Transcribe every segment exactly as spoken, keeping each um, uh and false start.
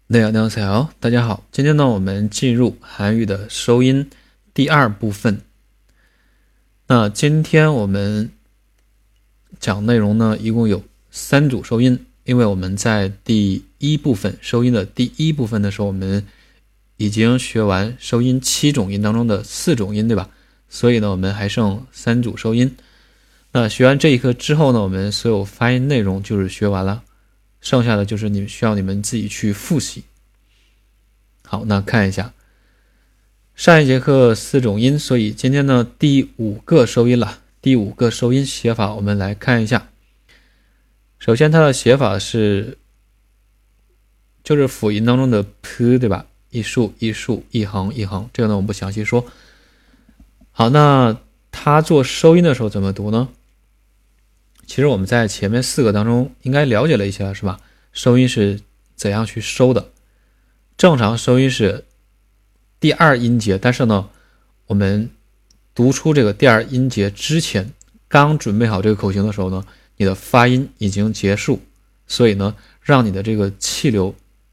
네 안녕하세요大家好，今天呢我们进入韩语的收音第二部分。那今天我们讲内容呢一共有三组收音，因为我们在第一部分收音的第一部分的时候，我们已经学完收音七种音当中的四种音，对吧？所以呢我们还剩三组收音。那学完这一课之后呢，我们所有发音内容就是学完了，剩下的就是你们需要你们自己去复习。好，那看一下上一节课四种音，所以今天呢第五个收音了。第五个收音写法我们来看一下。首先它的写法是就是辅音当中的 p 对吧，一竖一竖一横一横，这个呢我们不详细说。好，那它做收音的时候怎么读呢？其实我们在前面四个当中应该了解了一些了，是吧？收音是怎样去收的？正常收音是第二音节，但是呢我们读出这个第二音节之前，刚准备好这个口型的时候呢，你的发音已经结束，所以呢让你的这个气流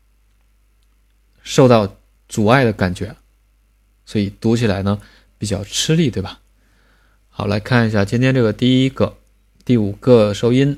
受到阻碍的感觉，所以读起来呢比较吃力，对吧？好，来看一下今天这个第一个第五个收音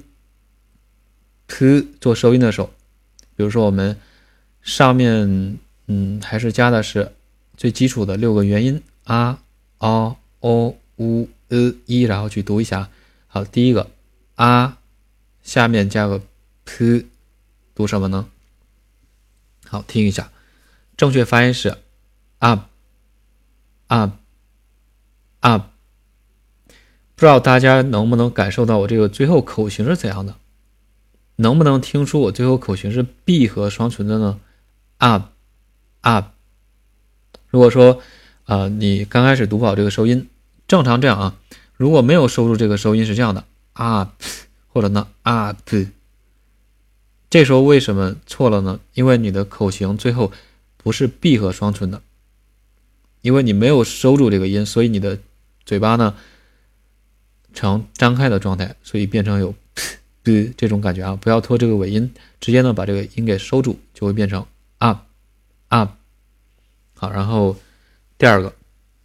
p 做收音的时候，比如说我们上面嗯还是加的是最基础的六个元音啊、o、o、u、e、i， 然后去读一下。好，第一个啊，下面加个 p， 读什么呢？好，听一下，正确发音是 up up up。不知道大家能不能感受到我这个最后口型是怎样的？能不能听出我最后口型是闭合双唇的呢？ up up。 如果说呃，你刚开始读不好这个收音，正常这样啊，如果没有收住这个收音是这样的 up 或者呢 up， 这时候为什么错了呢？因为你的口型最后不是闭合双唇的，因为你没有收住这个音，所以你的嘴巴呢呈张开的状态，所以变成有这种感觉啊，不要拖这个尾音，直接呢把这个音给收住，就会变成 up up。 好，然后第二个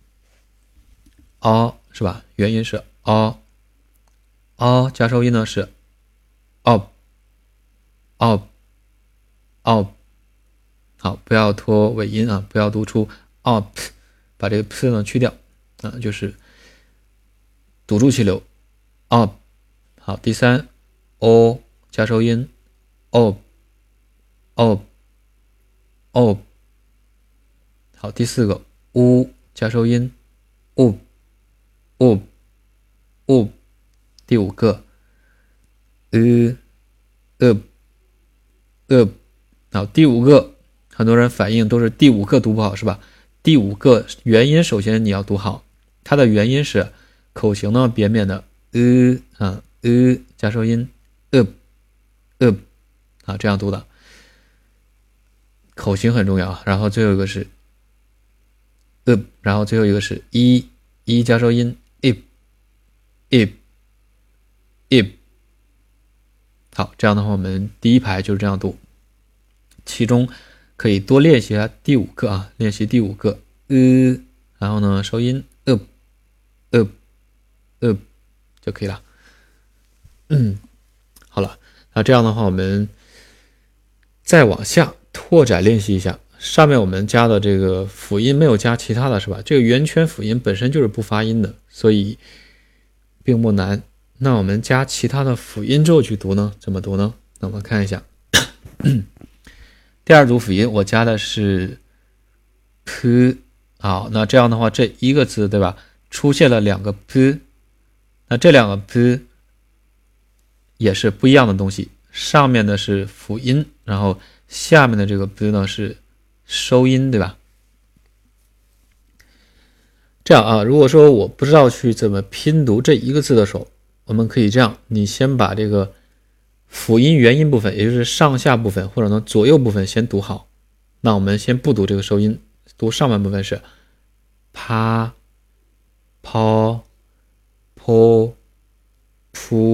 o 是吧，元音是 o o 加收音呢是 op op op。 好，不要拖尾音啊，不要读出 op， 把这个 p 呢去掉啊，就是堵住气流 op。 好，第三 o 加收音 op op op。 好，第四个 u 加收音 up up up。 第五个 u up up。 好，第五个很多人反映都是第五个读不好，是吧？第五个元音首先你要读好，它的元音是口型呢扁扁的 u 啊 u 加收音 up up 啊，这样读的，口型很重要。然后最后一个是 up， 然后最后一个是一一加收音 ip ip ip。 好，这样的话我们第一排就是这样读，其中可以多练习第五个啊，练习第五个呃，然后呢收音 up up up 就可以了。嗯，好了，那这样的话我们再往下拓展练习一下。上面我们加的这个辅音没有加其他的，是吧？这个圆圈辅音本身就是不发音的，所以并不难。那我们加其他的辅音之后去读呢，怎么读呢？那我们看一下第二组辅音我加的是 p。 好，那这样的话这一个字对吧出现了两个 p， 那这两个 p 也是不一样的东西，上面的是辅音，然后下面的这个 p 呢是收音，对吧？这样啊，如果说我不知道去怎么拼读这一个字的时候，我们可以这样，你先把这个辅音元音部分，也就是上下部分或者呢左右部分先读好。那我们先不读这个收音，读上半部分是啪、抛、泼、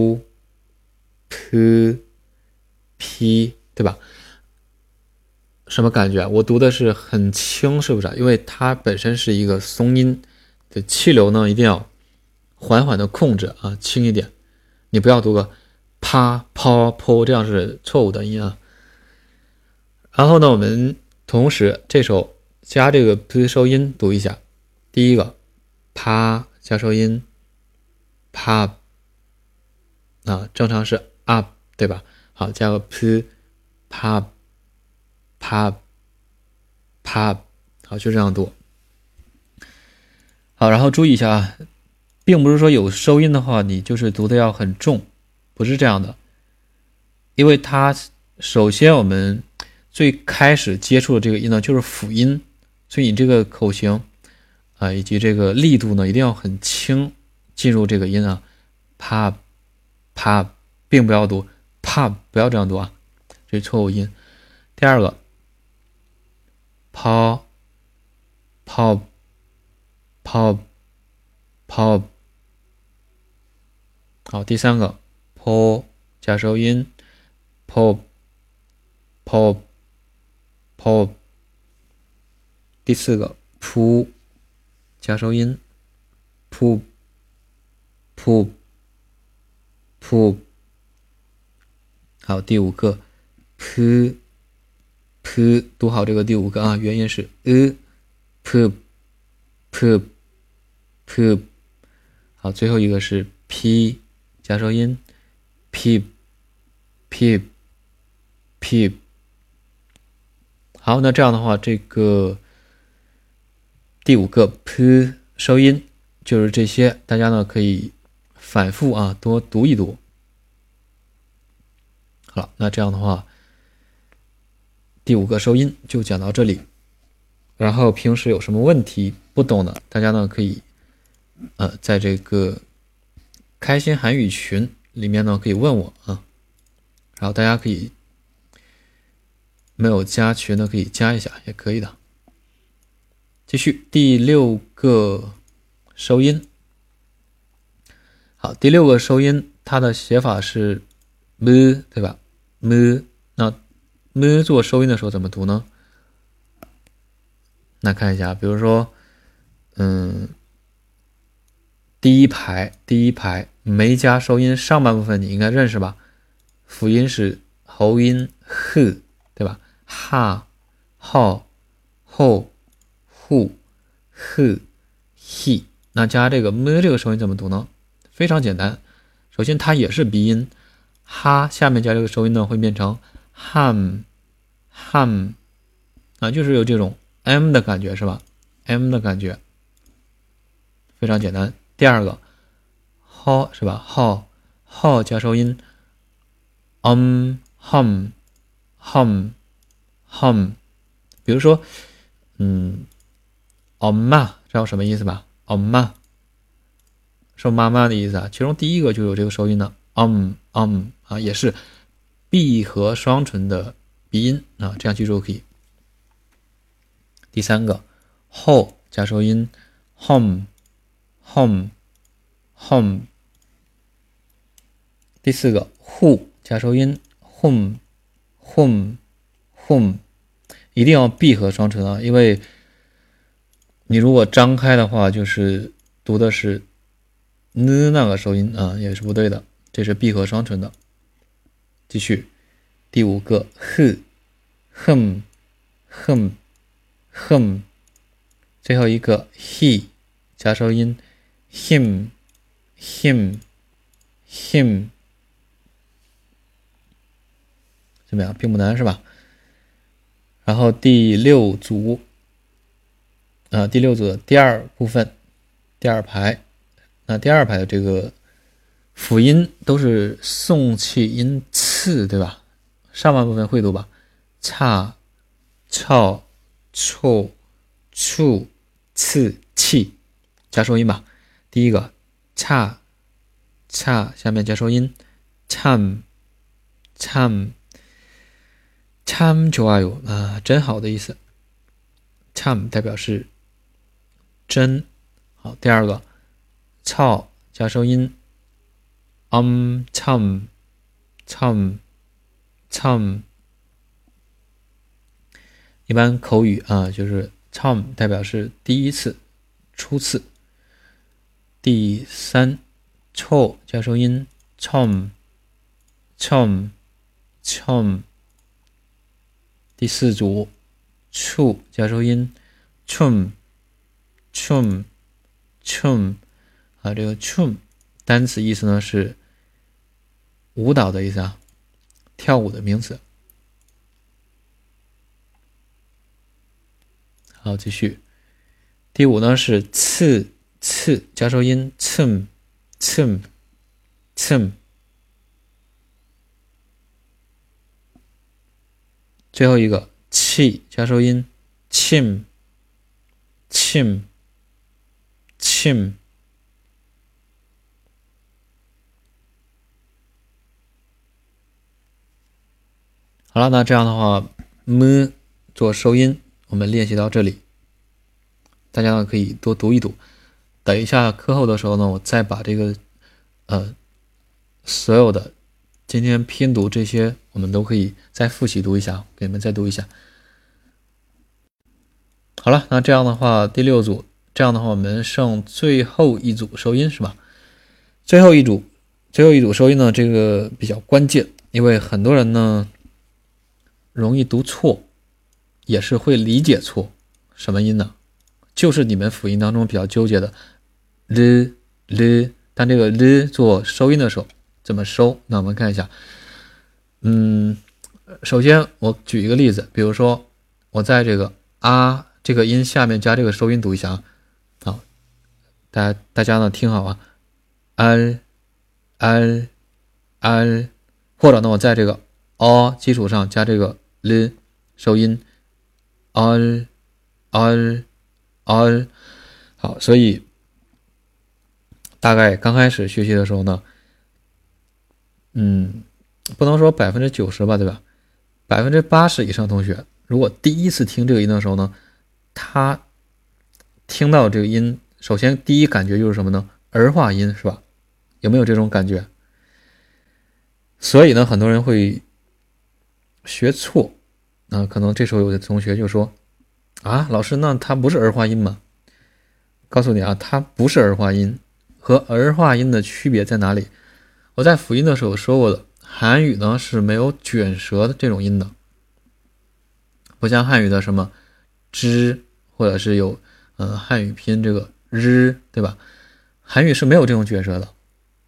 扑、p、p，对吧？ 什么感觉？我读的是很轻，是不是？因为它本身是一个松音的气流呢，一定要缓缓的控制啊，轻一点。你不要读个啪、抛、泼，这样是错误的音啊。然后呢，我们同时这首加这个 p 收音读一下。第一个啪加收音，啪啊，正常是 up 对吧？好，加个 p 啪啪啪，好，就这样读。好，然后注意一下啊，并不是说有收音的话，你就是读的要很重，不是这样的。因为它首先我们最开始接触的这个音呢，就是辅音，所以你这个口型啊，以及这个力度呢，一定要很轻进入这个音啊，啪啪，并不要读啪，不要这样读啊，这是错误音。第二个抛抛抛抛，好，第三个 po 加收音 po po po， 第四个扑加收音扑扑扑，好，第五个 p p， 读好这个第五个啊，元音是 e p p p， 好，最后一个是 p 加收音 p p p， 好，那这样的话，这个第五个 p 收音就是这些，大家呢可以反复啊多读一读。好了，那这样的话，第五个收音就讲到这里。然后平时有什么问题不懂的，大家呢可以呃在这个开心韩语群里面呢可以问我啊，然后大家可以没有加群的可以加一下也可以的。继续第六个收音，好，第六个收音它的写法是 m 对吧 m， 那 m 做收音的时候怎么读呢？那看一下，比如说嗯第一排第一排没加收音，上半部分你应该认识吧？辅音是喉音 h 对吧？哈、号、后、户、h、he， 那加这个 m 这个收音怎么读呢？非常简单，首先它也是鼻音，哈下面加这个收音呢会变成 ham ham 啊，就是有这种 m 的感觉是吧 ？m 的感觉非常简单。第二个 h 是吧 ？h h 加收音 um hum hum hum， 比如说嗯 엄마知道什么意思吧？ 엄마是妈妈的意思啊，其中第一个就有这个收音的 um um 啊，也是闭合双唇的鼻音啊，这样记住可以。第三个 ho 加收音 home home home， 第四个 hu 加收音 home home home， 一定要闭合双唇啊，因为你如果张开的话，就是读的是 n 那个收音啊，也是不对的，这是闭合双唇的。继续，第五个 h hum hum hum， 最后一个 he 加收音 him him him， 怎么样？并不难是吧？然后第六组啊，第六组的第二部分，第二排，那第二排的这个辅音都是送气音次，对吧？上半部分会读吧？差、操、臭、处、次、气，加收音吧。第一个差、差，下面加收音참、참、참 좋아요啊，真好的意思。참代表是真好。第二个操加收音 um 참 참 참， 一般口语啊，就是 처음 代表是第一次、初次。第三，초加收音 처음 처음 처음。第四组，추加收音 춤 춤 춤。啊，这个 춤单词意思呢是舞蹈的意思啊，跳舞的名词。好，继续。第五呢是次次加收音 침 침 침。最后一个气加收音 침 침 침。好了，那这样的话 m 做收音我们练习到这里，大家呢可以多读一读。等一下课后的时候呢，我再把这个呃所有的今天拼读这些我们都可以再复习读一下，给你们再读一下。好了，那这样的话第六组，这样的话我们剩最后一组收音是吧？最后一组最后一组收音呢，这个比较关键，因为很多人呢容易读错，也是会理解错。什么音呢？就是你们辅音当中比较纠结的 l l， 但这个 l 做收音的时候怎么收？那我们看一下。嗯，首先我举一个例子，比如说我在这个啊这个音下面加这个收音读一下啊。好，大家大家呢听好啊 ，al al al， 或者呢我在这个 o 基础上加这个 l 收音 al al al。 好，所以大概刚开始学习的时候呢，嗯，不能说百分之九十吧，对吧？百分之八十以上同学，如果第一次听这个音的时候呢，他听到这个音，首先第一感觉就是什么呢？儿化音是吧？有没有这种感觉？所以呢，很多人会学错啊、呃，可能这时候有的同学就说啊，老师，那它不是儿化音吗？告诉你啊，它不是儿化音，和儿化音的区别在哪里？我在辅音的时候说过的，韩语呢是没有卷舌的这种音的，不像汉语的什么之，或者是有呃汉语拼这个日，对吧？韩语是没有这种卷舌的。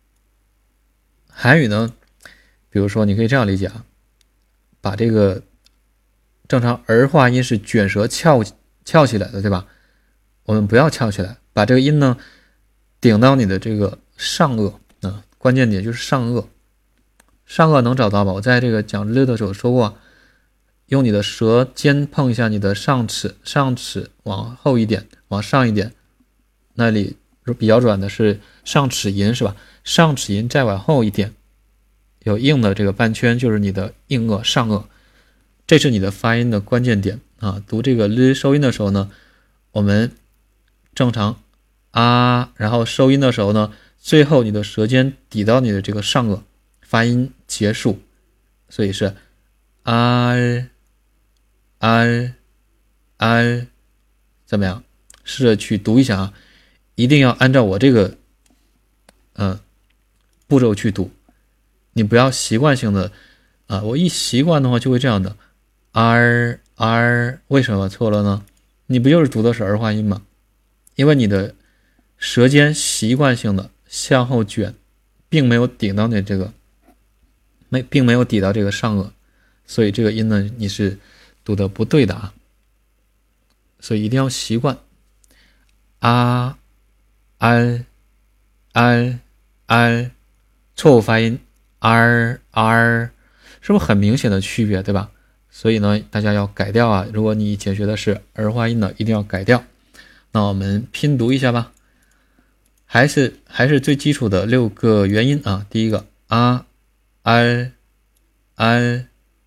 韩语呢，比如说你可以这样理解啊，把这个正常儿化音是卷舌翘翘起来的，对吧？我们不要翘起来，把这个音呢顶到你的这个上颚啊，关键点就是上颚。上颚能找到吧？我在这个讲日的时候说过，用你的舌尖碰一下你的上齿，上齿往后一点，往上一点，那里比较软的是上齿龈是吧？上齿龈再往后一点，有硬的这个半圈就是你的硬腭上颚，这是你的发音的关键点啊。读这个日收音的时候呢，我们正常啊，然后收音的时候呢，最后你的舌尖抵到你的这个上颚，发音结束，所以是 r r r， 怎么样？试着去读一下啊，一定要按照我这个嗯、呃、步骤去读，你不要习惯性的啊，我一习惯的话就会这样的 r r， 为什么错了呢？你不就是读的是儿化音吗？因为你的舌尖习惯性的向后卷，并没有顶到你这个没并没有抵到这个上颚，所以这个音呢你是读的不对的啊，所以一定要习惯啊 r r r， 错误发音 r r， 是不是很明显的区别，对吧？所以呢大家要改掉啊，如果你以前学的是儿化音的，一定要改掉。那我们拼读一下吧，还是还是最基础的六个元音啊。第一个啊 r r，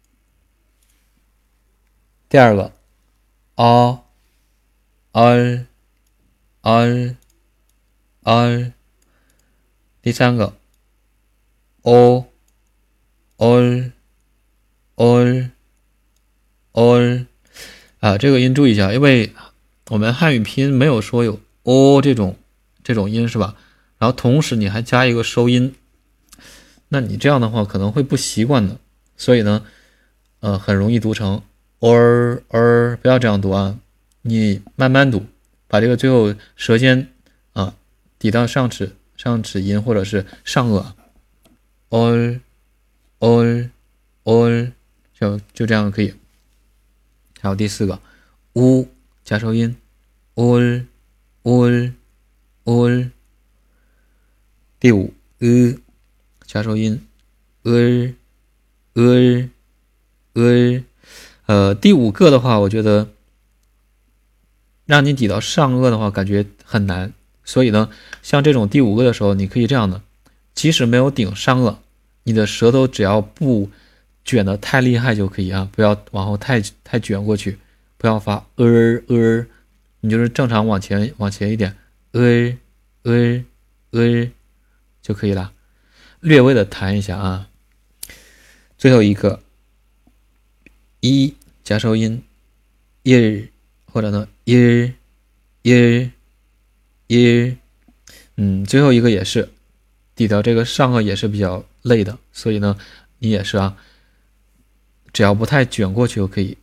第二个 a r r r， 第三个 o o o o， 啊，这个音注意一下，因为我们汉语拼音没有说有 o 这种这种音是吧？然后同时你还加一个收音，那你这样的话可能会不习惯的，所以呢，呃，很容易读成 or or， 不要这样读啊，你慢慢读，把这个最后舌尖啊抵到上齿上齿龈或者是上颚 ，or or or， 就就这样可以。还有第四个 u 加收音 ul ul ul， 第五 e 加收音 er er er， 呃，第五个的话，我觉得让你抵到上颚的话，感觉很难，所以呢，像这种第五个的时候，你可以这样的，即使没有顶上颚，你的舌头只要不卷得太厉害就可以啊，不要往后太太卷过去，不要发呃呃，你就是正常往前往前一点，呃呃呃就可以了，略微的弹一下啊。最后一个一加收音 ear 或者呢 ear ear ear， 嗯，最后一个也是抵到这个上颚也是比较累的，所以呢，你也是啊。只要不太卷过去就可以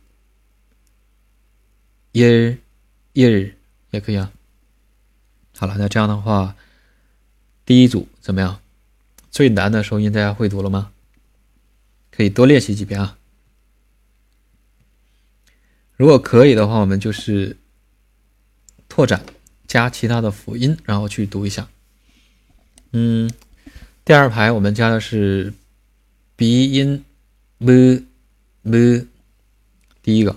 ear ear 也可以啊。好了，那这样的话，第一组怎么样？最难的收音大家会读了吗？可以多练习几遍啊。如果可以的话，我们就是拓展加其他的辅音，然后去读一下。嗯，第二排我们加的是鼻音 b b， 第一个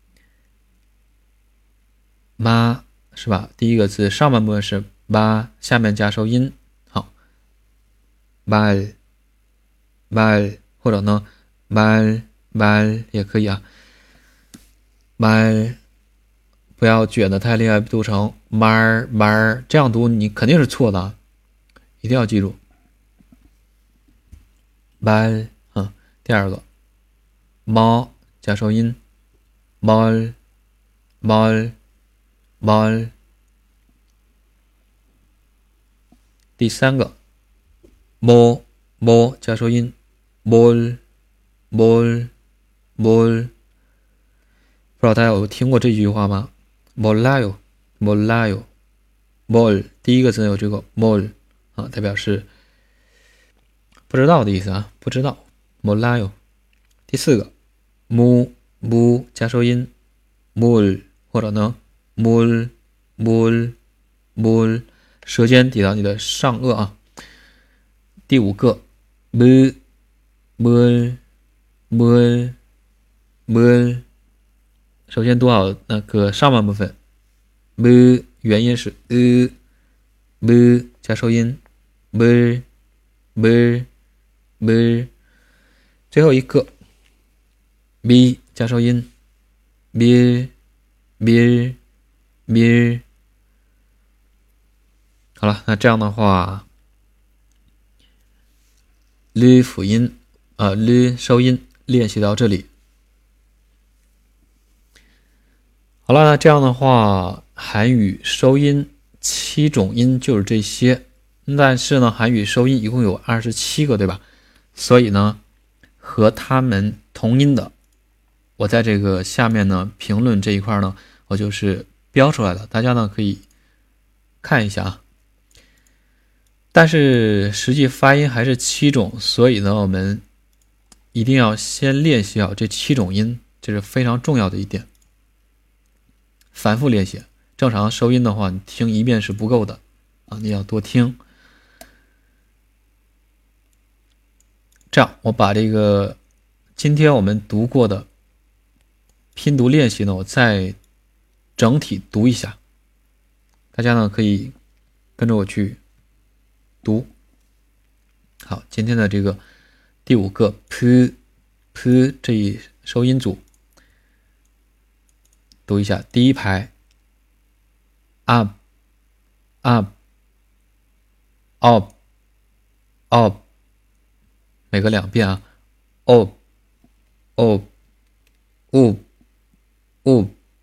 妈是吧？第一个字上半部分是妈，下面加收音，好 ，bal bal 或者呢 bal bal 也可以啊 ，bal 不要卷得太厉害，读成 mar mar， 这样读你肯定是错的，一定要记住 bal 啊。第二个猫加收音 ，bal bal bal。第三个 mo mo 加收音 bol bol bol， 不知道大家有听过这句话吗 ？molayo molayo bol 第一个字有这个 mol 啊，代表是不知道的意思啊，不知道 molayo。第四个 mu mu 加收音 mul 或者呢 mul mul mul， 舌尖抵到你的上颚啊。第五个 m m m m， 首先读好那个上半部分 m， 元音是 e m 加收音 m m m， 最后一个 m 加收音 m m m。好了，那这样的话 ，l 辅音啊 ，l 收音练习到这里。好了，那这样的话，韩语收音七种音就是这些。但是呢，韩语收音一共有二十七个，对吧？所以呢，和它们同音的，我在这个下面呢评论这一块呢，我就是标出来了，大家呢可以看一下啊。但是实际发音还是七种，所以呢，我们一定要先练习好这七种音，这是非常重要的一点。反复练习，正常收音的话，你听一遍是不够的啊，你要多听。这样，我把这个今天我们读过的拼读练习呢，我再整体读一下，大家呢可以跟着我去读。好，今天的这个第五个 p p 这一收音组读一下。第一排 up up up up， 每个两遍啊 up up up up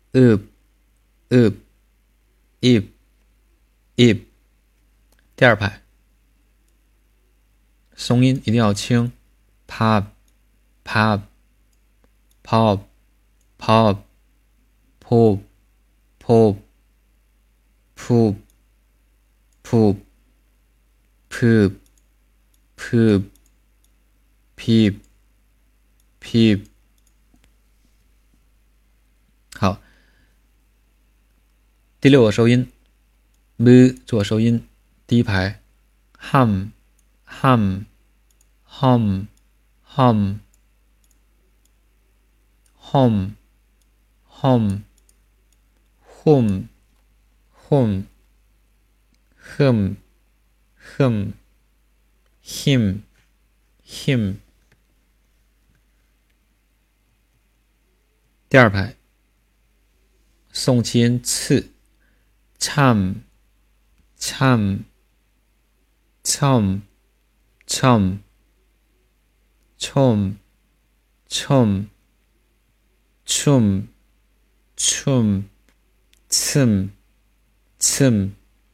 up up ip ip。第二排松音一定要轻 ，pop pop pop pop pop pop poop poop poop poop peep peep。好，第六个收音 ，b 做收音，第一排 hum hum hum hum home home home home hum hum him him。第二排送气音次 chum chum chum chum chum chum chum chum chum chum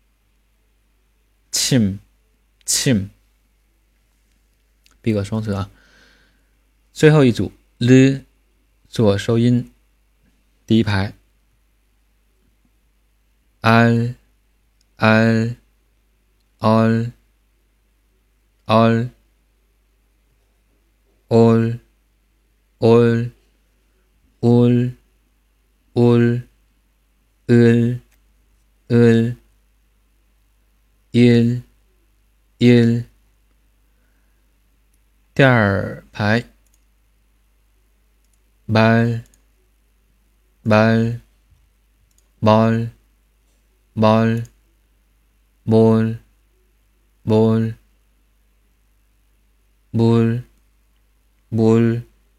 chim chim。闭个双词啊。最后一组 l 做收音，第一排 al al al al all all all all ul ul il il。第二排 bal bal bal bal ball ball bull bull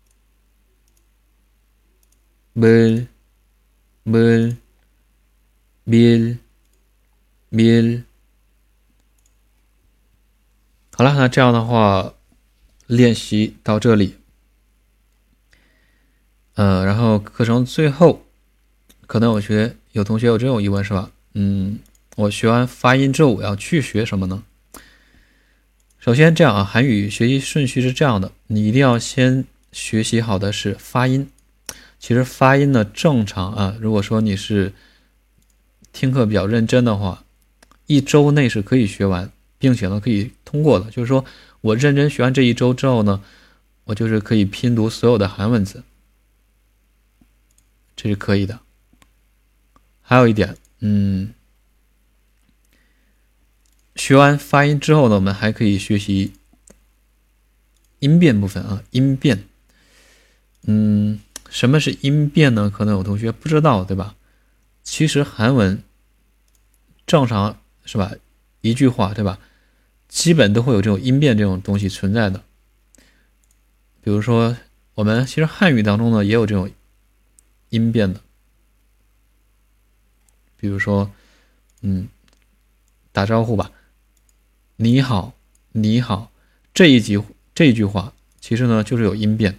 bull bull bill bill。好了，那这样的话练习到这里，呃，然后课程最后，可能有学有同学有这种疑问是吧？嗯，我学完发音之后，我要去学什么呢？首先这样啊，韩语学习顺序是这样的，你一定要先学习好的是发音。其实发音呢，正常啊，如果说你是听课比较认真的话，一周内是可以学完，并且呢可以通过的。就是说我认真学完这一周之后呢，我就是可以拼读所有的韩文字，这是可以的。还有一点，嗯，学完发音之后呢，我们还可以学习音变部分啊，音变。嗯，什么是音变呢？可能有同学不知道，对吧？其实韩文正常是吧？一句话，对吧？基本都会有这种音变这种东西存在的。比如说，我们其实汉语当中呢也有这种音变的。比如说，嗯，打招呼吧，你好，你好，这一句这一句话其实呢就是有音变。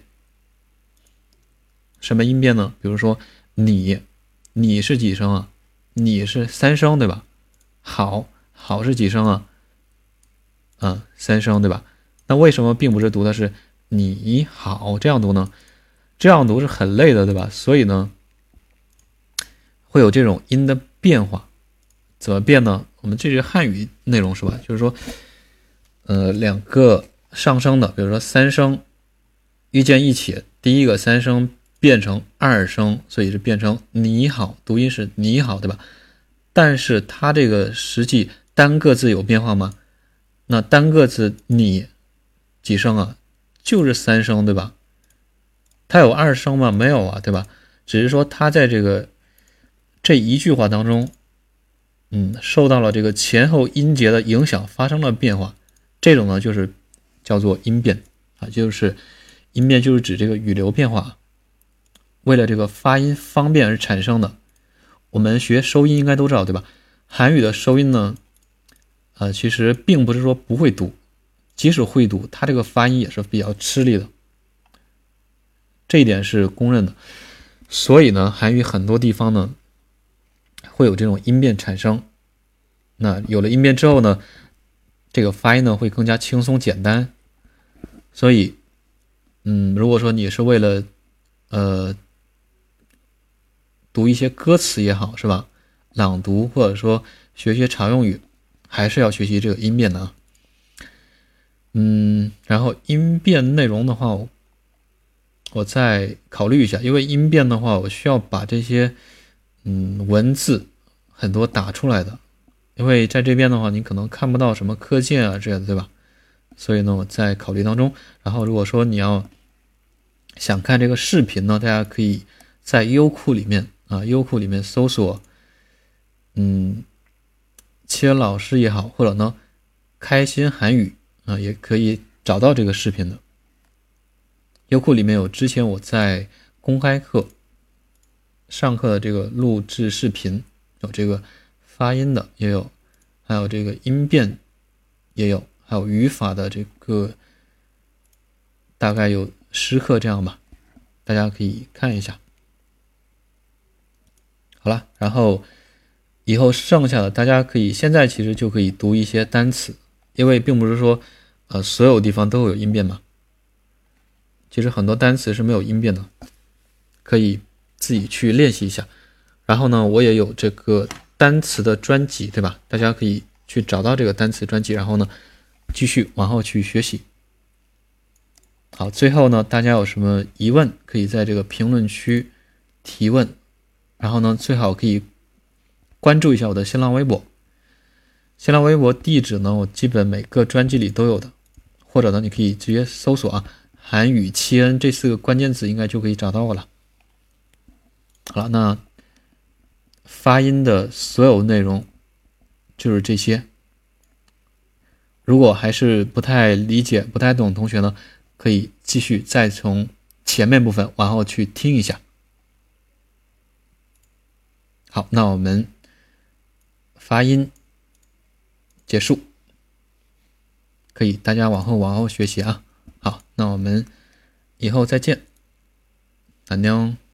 什么音变呢？比如说你，你是几声啊？你是三声，对吧？好，好是几声啊？啊，三声，对吧？那为什么并不是读的是你好这样读呢？这样读是很累的，对吧？所以呢，会有这种音的变化。怎么变呢？我们这是汉语内容是吧？就是说，呃，两个上声的，比如说三声遇见一起，第一个三声变成二声，所以是变成你好，读音是你好，对吧？但是它这个实际单个字有变化吗？那单个字你几声啊？就是三声，对吧？它有二声吗？没有啊，对吧？只是说它在这个这一句话当中，嗯，受到了这个前后音节的影响，发生了变化。这种呢，就是叫做音变啊，就是音变就是指这个语流变化，为了这个发音方便而产生的。我们学收音应该都知道，对吧？韩语的收音呢，呃，其实并不是说不会读，即使会读，它这个发音也是比较吃力的，这一点是公认的。 所以呢，韩语很多地方呢会有这种音变产生。那有了音变之后呢，这个发音呢会更加轻松简单。所以，嗯，如果说你是为了呃读一些歌词也好，是吧？朗读或者说学学常用语，还是要学习这个音变的啊。嗯，然后音变内容的话，我我再考虑一下，因为音变的话，我需要把这些嗯文字很多打出来的，因为在这边的话，你可能看不到什么课件啊之类的，对吧？所以呢，我在考虑当中。然后如果说你要想看这个视频呢，大家可以在优酷里面啊，优酷里面搜索嗯切老师也好，或者呢开心韩语啊，也可以找到这个视频的。优酷里面有之前我在公开课上课的这个录制视频，有这个发音的也有，还有这个音变也有，还有语法的这个大概有十课这样吧，大家可以看一下。好了，然后以后剩下的大家可以现在其实就可以读一些单词，因为并不是说呃所有地方都会有音变嘛，其实很多单词是没有音变的，可以自己去练习一下。然后呢，我也有这个单词的专辑，对吧？大家可以去找到这个单词专辑，然后呢继续往后去学习。好，最后呢，大家有什么疑问可以在这个评论区提问，然后呢最好可以关注一下我的新浪微博。新浪微博地址呢，我基本每个专辑里都有的，或者呢你可以直接搜索啊韩语七恩这四个关键词，应该就可以找到我了。好了，那发音的所有内容就是这些。如果还是不太理解不太懂同学呢，可以继续再从前面部分往后去听一下。好，那我们发音结束，可以大家往后往后学习啊。好，那我们以后再见，안녕。